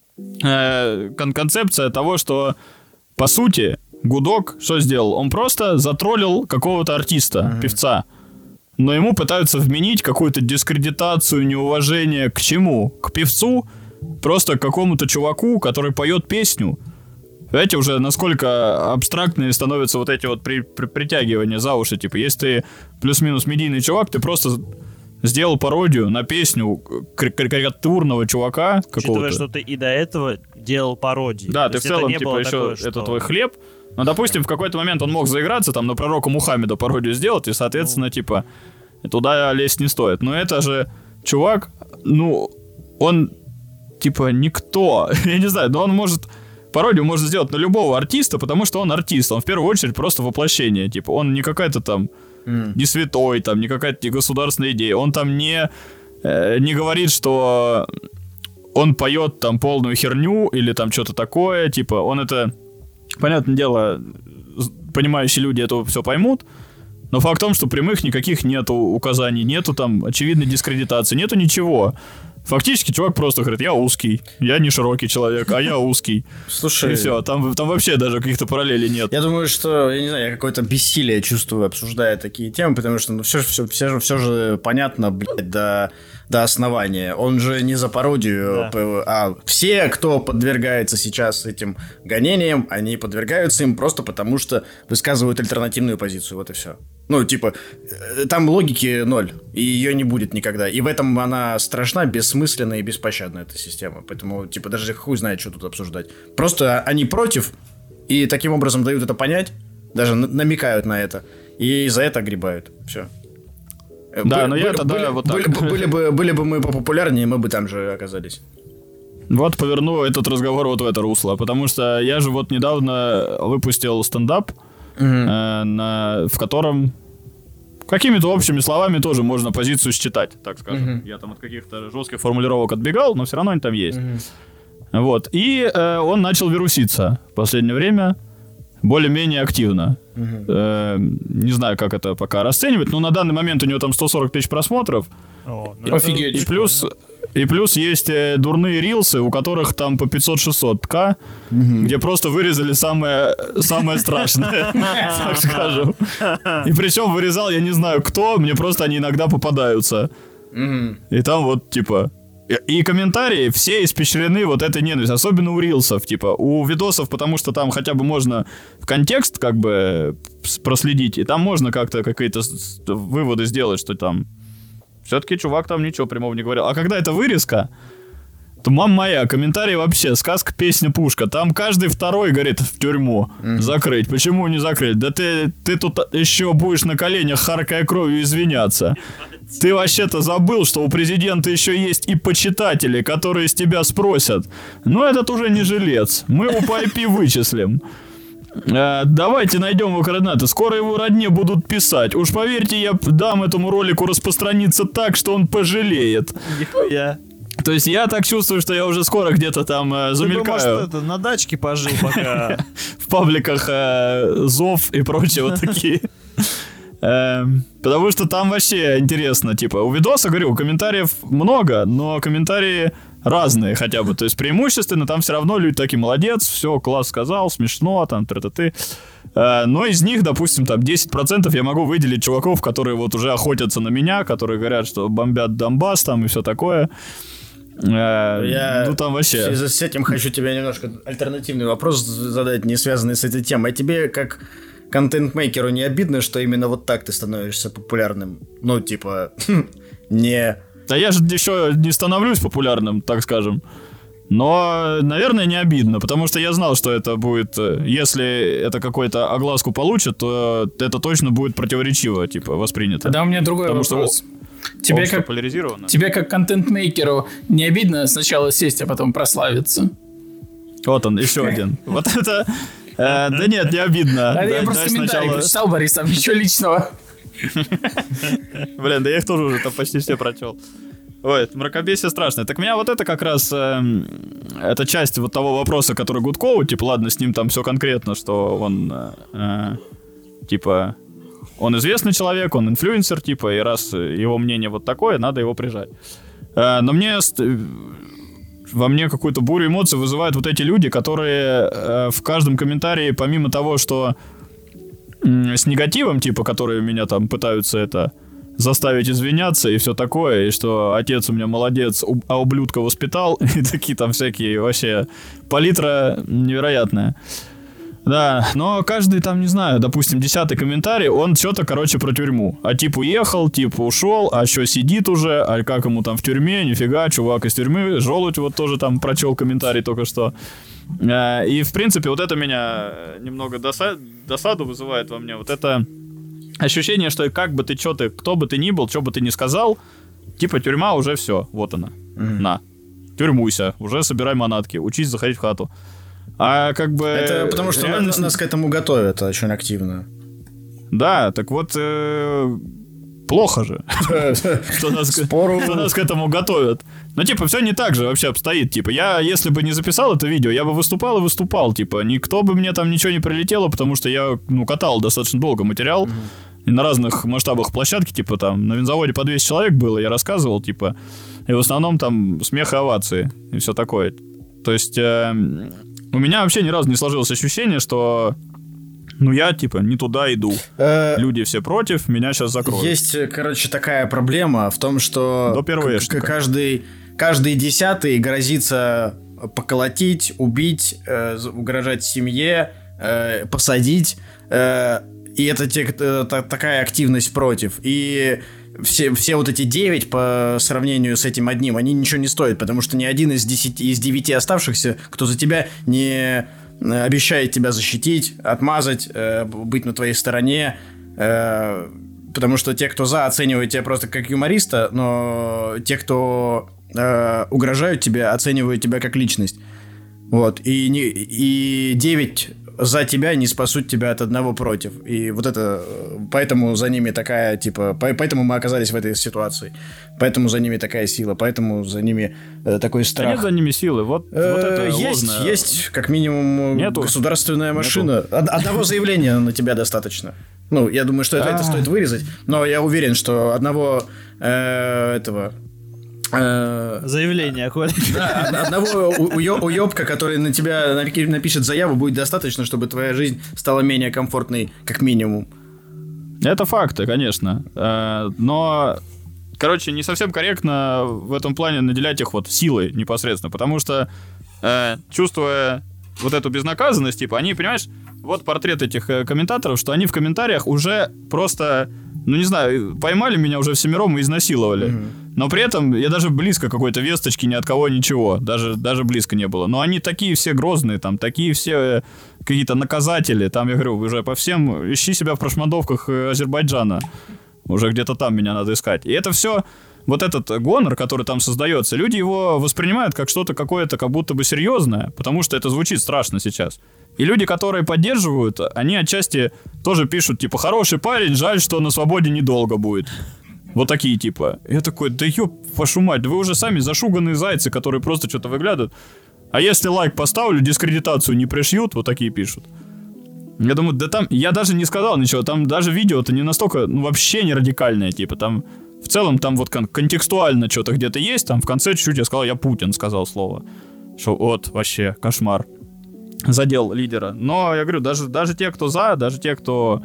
э, кон- концепция того, что по сути... Гудок что сделал? Он просто затроллил какого-то артиста, uh-huh. певца. Но ему пытаются вменить какую-то дискредитацию, неуважение. К чему? К певцу? Просто к какому-то чуваку, который поет песню. Понимаете, уже насколько абстрактные становятся вот эти вот при- при- притягивания за уши. Типа, если ты плюс-минус медийный чувак, ты просто сделал пародию на песню карикатурного чувака какого-то. Учитывая, что ты и до этого делал пародии. Да, то ты в целом, типа, еще такое, что... это твой хлеб. Но, допустим, в какой-то момент он мог заиграться, там, на пророка Мухаммеда пародию сделать, и, соответственно, ну. типа, туда лезть не стоит. Но это же чувак, ну, он, типа, никто. Я не знаю, но он может... Пародию можно сделать на любого артиста, потому что он артист. Он в первую очередь просто воплощение. Типа, он не какая-то там... Mm. Не святой, там, не какая-то не государственная идея. Он там не э, не говорит, что он поет там полную херню или там что-то такое, типа, он это, понятное дело, понимающие люди это все поймут, но факт в том, что прямых никаких нету указаний, нету там очевидной дискредитации, нету ничего. Фактически чувак просто говорит, я узкий, я не широкий человек, а я узкий. Слушай... И все, там, там вообще даже каких-то параллелей нет. Я думаю, что, я не знаю, я какое-то бессилие чувствую, обсуждая такие темы, потому что ну, все, все, все, же, все же понятно, блядь, до, до основания. Он же не за пародию, да. А все, кто подвергается сейчас этим гонениям, они подвергаются им просто потому, что высказывают альтернативную позицию, вот и все. Ну, типа, там логики ноль, и ее не будет никогда. И в этом она страшна, бессмысленная и беспощадная, эта система. Поэтому, типа, даже хуй знает, что тут обсуждать. Просто они против, и таким образом дают это понять, даже намекают на это, и за это огребают. Все. Да, но я тогда были, вот так. Были, были, бы, были бы мы популярнее, мы бы там же оказались. Вот поверну этот разговор вот в это русло, потому что я же вот недавно выпустил стендап, Uh-huh. э, на, в котором какими-то общими словами тоже можно позицию считать, так скажем. Uh-huh. Я там от каких-то жестких формулировок отбегал, но все равно они там есть. Uh-huh. Вот. И э, он начал вируситься в последнее время более-менее активно. Uh-huh. Э, не знаю, как это пока расценивать, но на данный момент у него там сто сорок тысяч просмотров. Oh, и, Офигеть. И плюс... И плюс есть э, дурные рилсы, у которых там по пятьсот-шестьсот тысяч, mm-hmm. где просто вырезали самое, самое страшное, так скажем. И причем вырезал, я не знаю кто, мне просто они иногда попадаются. И там вот, типа... И комментарии все испещрены вот этой ненавистью, особенно у рилсов, типа, у видосов, потому что там хотя бы можно в контекст как бы проследить, и там можно как-то какие-то выводы сделать, что там... Все-таки чувак там ничего прямого не говорил. А когда это вырезка, то, мама моя, комментарии вообще, сказка, песня, пушка. Там каждый второй говорит, в тюрьму mm-hmm. закрыть. Почему не закрыть? Да ты, ты тут еще будешь на коленях, харкая кровью, извиняться. Ты вообще-то забыл, что у президента еще есть и почитатели, которые с тебя спросят. Но этот уже не жилец. Мы его по ай пи вычислим. Uh, давайте найдем его координаты. Скоро его родне будут писать. Уж поверьте, я дам этому ролику распространиться так, что он пожалеет. Нихуя. То есть я так чувствую, что я уже скоро где-то там э, замелькаю. Ты бы, может, это, на дачке пожил пока. В пабликах э, зов и прочее вот такие. Потому что там вообще интересно. Типа, у видоса, говорю, комментариев много, но комментарии разные хотя бы. То есть преимущественно там все равно люди такие, молодец, все, класс сказал, смешно, там, тра-та-ты. Но из них, допустим, там десять процентов я могу выделить чуваков, которые вот уже охотятся на меня, которые говорят, что бомбят Донбасс там и все такое. Я ну там вообще. С этим хочу тебе немножко альтернативный вопрос задать, не связанный с этой темой. А тебе как контент-мейкеру не обидно, что именно вот так ты становишься популярным? Ну, типа, не... Да я же еще не становлюсь популярным, так скажем. Но, наверное, не обидно, потому что я знал, что это будет... Если это какую-то огласку получит, то это точно будет противоречиво, типа, воспринято. Тогда у меня другой потому вопрос. Что тебе как, тебе как контент-мейкеру не обидно сначала сесть, а потом прославиться? Вот он, еще один. Вот это... Э, да нет, не обидно. Я просто комментарий прочитал, Борис, там ничего личного. Блин, да я их тоже уже там почти все прочел. Ой, мракобесие страшное. Так меня вот это как раз... Э, это часть вот того вопроса, который Гудкову, типа, ладно, с ним там все конкретно, что он, э, типа... Он известный человек, он инфлюенсер, типа, и раз его мнение вот такое, надо его прижать. Э, но мне... Во мне какую-то бурю эмоций вызывают вот эти люди, которые э, в каждом комментарии, помимо того, что э, с негативом, типа, которые меня там пытаются это заставить извиняться и все такое, и что отец у меня молодец, а ублюдка воспитал, и такие там всякие вообще палитра невероятная. Да, но каждый там, не знаю, допустим, десятый комментарий, он что-то, короче, про тюрьму. А тип уехал, тип ушел, а что сидит уже, а как ему там в тюрьме, нифига, чувак из тюрьмы, желудь вот тоже там прочел комментарий только что. И, в принципе, вот это меня немного доса- досаду вызывает во мне. Вот это ощущение, что как бы ты, что ты, кто бы ты ни был, что бы ты ни сказал, типа тюрьма уже все, вот она, mm-hmm. на, тюрьмуйся, уже собирай манатки, учись заходить в хату. А как бы... Это потому что реально... нас к этому готовят очень активно. Да, так вот, э, плохо же, что нас, что нас к этому готовят. Ну, типа, все не так же вообще обстоит. Типа, я, если бы не записал это видео, я бы выступал и выступал. Типа, никто бы мне там ничего не прилетело, потому что я, ну, катал достаточно долго материал. И на разных масштабах площадки, типа, там, на винзаводе по двести человек было, я рассказывал, типа, и в основном там смех и овации, и все такое. То есть, э, у меня вообще ни разу не сложилось ощущение, что... Ну, я, типа, не туда иду. Люди все против, меня сейчас закроют. Есть, короче, такая проблема в том, что До первого к- каждый, каждый десятый грозится поколотить, убить, э, угрожать семье, э, посадить. Э, и это те, э, та, такая активность против. И все, все вот эти девять по сравнению с этим одним, они ничего не стоят, потому что ни один из десяти, из девяти оставшихся, кто за тебя не... обещает тебя защитить, отмазать, э, быть на твоей стороне, э, потому что те, кто за, оценивают тебя просто как юмориста, но те, кто э, угрожают тебе, оценивают тебя как личность. Вот. И, не, и девять за тебя не спасут тебя от одного против. И вот это... Поэтому за ними такая, типа... Поэтому мы оказались в этой ситуации. Поэтому за ними такая сила. Поэтому за ними э, такой страх. Да нет за ними силы. Вот, э, вот это есть, ложное. есть, как минимум, Нету. государственная машина. Нету. Одного заявления на тебя достаточно. Ну, я думаю, что это, это стоит вырезать. Но я уверен, что одного э, этого... Заявление, Коля. Да, одного уёбка, который на тебя напишет заяву, будет достаточно, чтобы твоя жизнь стала менее комфортной, как минимум. Это факты, конечно. Но, короче, не совсем корректно в этом плане наделять их вот силой непосредственно, потому что, чувствуя вот эту безнаказанность, типа, они, понимаешь, вот портрет этих комментаторов, что они в комментариях уже просто, ну не знаю, поймали меня уже всемиром и изнасиловали. Mm-hmm. Но при этом я даже близко какой-то весточки ни от кого ничего, даже, даже близко не было. Но они такие все грозные, там, такие все какие-то наказатели, там, я говорю, уже по всем, ищи себя в прошмандовках Азербайджана, уже где-то там меня надо искать. И это все, вот этот гонор, который там создается, люди его воспринимают как что-то какое-то как будто бы серьезное, потому что это звучит страшно сейчас. И люди, которые поддерживают, они отчасти тоже пишут, типа, хороший парень, жаль, что на свободе недолго будет. Вот такие, типа. Я такой, да ёб вашу мать, да вы уже сами зашуганные зайцы, которые просто что-то выглядывают. А если лайк поставлю, дискредитацию не пришьют, вот такие пишут. Я думаю, да там, я даже не сказал ничего, там даже видео-то не настолько, ну, вообще не радикальное, типа, там, в целом, там вот кон- контекстуально что-то где-то есть, там в конце чуть-чуть я сказал, я Путин сказал слово. Что вот, вообще, кошмар. Задел лидера. Но, я говорю, даже, даже те, кто за, даже те, кто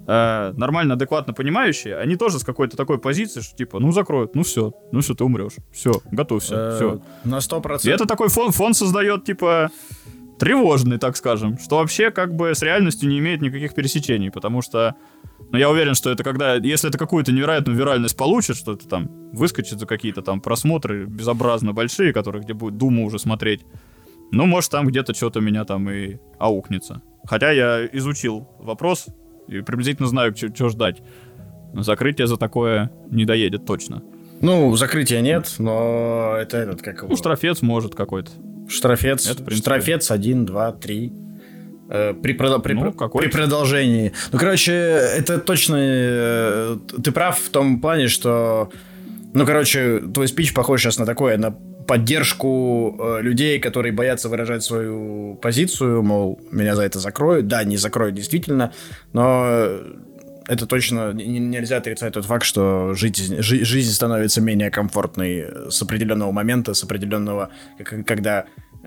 э, нормально, адекватно понимающие, они тоже с какой-то такой позиции, что типа, ну закроют, ну все, ну все, ты умрешь, все, готовься, все. На сто процентов. И это такой фон, фон создает, типа, тревожный, так скажем, что вообще как бы с реальностью не имеет никаких пересечений, потому что, ну я уверен, что это когда, если это какую-то невероятную виральность получит, что это там выскочит за какие-то там просмотры безобразно большие, которые, где будет Дума уже смотреть, ну, может, там где-то что-то меня там и аукнется. Хотя я изучил вопрос и приблизительно знаю, что ждать. Но закрытие за такое не доедет точно. Ну, закрытия нет, но это этот, как его... Ну, штрафец может какой-то. Штрафец. Это, в принципе... Штрафец один, два, три. Э, при, при, при, ну, при продолжении. Ну, короче, это точно... Э, ты прав в том плане, что... Ну, короче, твой спич похож сейчас на такое, на поддержку э, людей, которые боятся выражать свою позицию, мол, меня за это закроют. Да, не закроют действительно, но это точно не, нельзя отрицать тот факт, что жить, жи, жизнь становится менее комфортной с определенного момента, с определенного, когда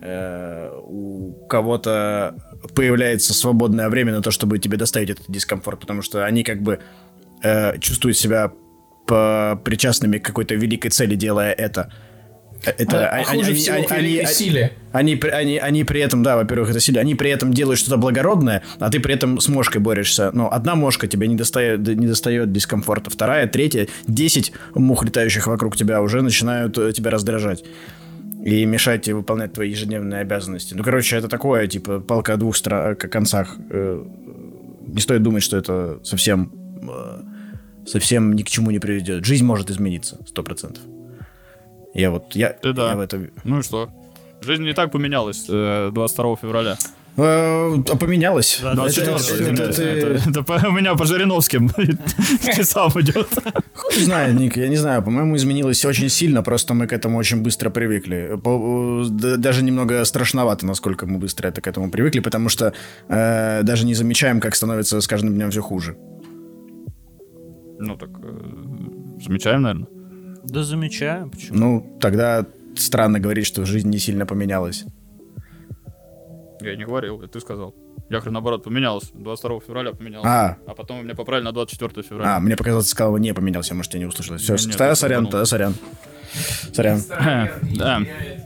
э, у кого-то появляется свободное время на то, чтобы тебе доставить этот дискомфорт, потому что они как бы э, чувствуют себя по причастными к какой-то великой цели, делая это. Это, а, они, а хуже они, всего они, к великой они, силе. Они, они, они, они при этом, да, во-первых, это силе, они при этом делают что-то благородное, а ты при этом с мошкой борешься. Но одна мошка тебе не достает, не достает дискомфорта, вторая, третья, десять мух, летающих вокруг тебя, уже начинают тебя раздражать и мешать тебе выполнять твои ежедневные обязанности. Ну, короче, это такое, типа, палка о двух стра- концах. Не стоит думать, что это совсем, совсем ни к чему не приведет. Жизнь может измениться, сто процентов. Я вот, я, Ты да. я в это... Ну и что? Жизнь не так поменялась э, двадцать второго февраля. Э, А поменялось. двадцать четвёртого, Это- это, это- это- это по- у меня по Жириновским часам идет. Не знаю, Ник, я не знаю, по-моему, изменилось очень сильно, просто мы к этому очень быстро привыкли. По- д- Даже немного страшновато, насколько мы быстро это к этому привыкли, потому что э, даже не замечаем, как становится с каждым днем все хуже. Ну так, э, замечаем, наверное. Да замечаю, почему? Ну, тогда странно говорить, что жизнь не сильно поменялась. Я не говорил, это ты сказал. Я говорю, наоборот, поменялось. двадцать второго февраля поменялось. А. А потом вы меня поправили на двадцать четвёртого февраля. А, мне показалось, ты сказал, не поменялся, может, я не услышал. Все, Не, не, тогда ты сорян, ебанул. тогда сорян. Сорян. Да.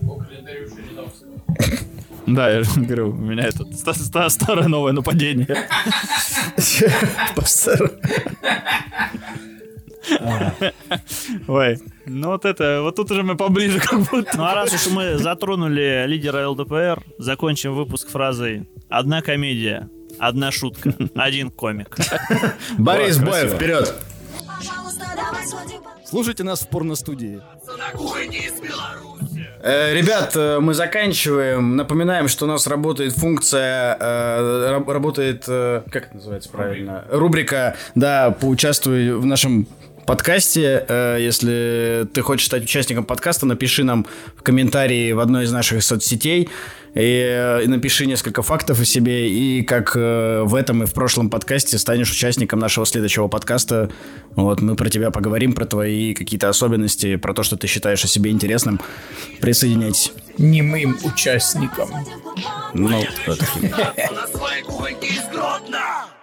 Да, я же говорю, у меня это ста- ста- старое новое нападение. Ой, ну вот это, вот тут уже мы поближе как будто. Ну а раз уж мы затронули лидера ЛДПР, закончим выпуск фразой «Одна комедия, одна шутка, один комик». Борис Вот, Боев, красиво. вперед! Слушайте нас в порностудии. На кухне из Беларуси. Э, Ребят, э, мы заканчиваем. Напоминаем, что у нас работает функция, э, раб- работает, э, как это называется правильно? Рубрика, да, поучаствуй в нашем подкасте. Э, Если ты хочешь стать участником подкаста, напиши нам в комментарии в одной из наших соцсетей и, э, и напиши несколько фактов о себе, и как э, в этом и в прошлом подкасте станешь участником нашего следующего подкаста. Вот, мы про тебя поговорим, про твои какие-то особенности, про то, что ты считаешь о себе интересным. Присоединяйтесь. Немым участником. Ну, вот такие. На своей кухоньке из Гродно.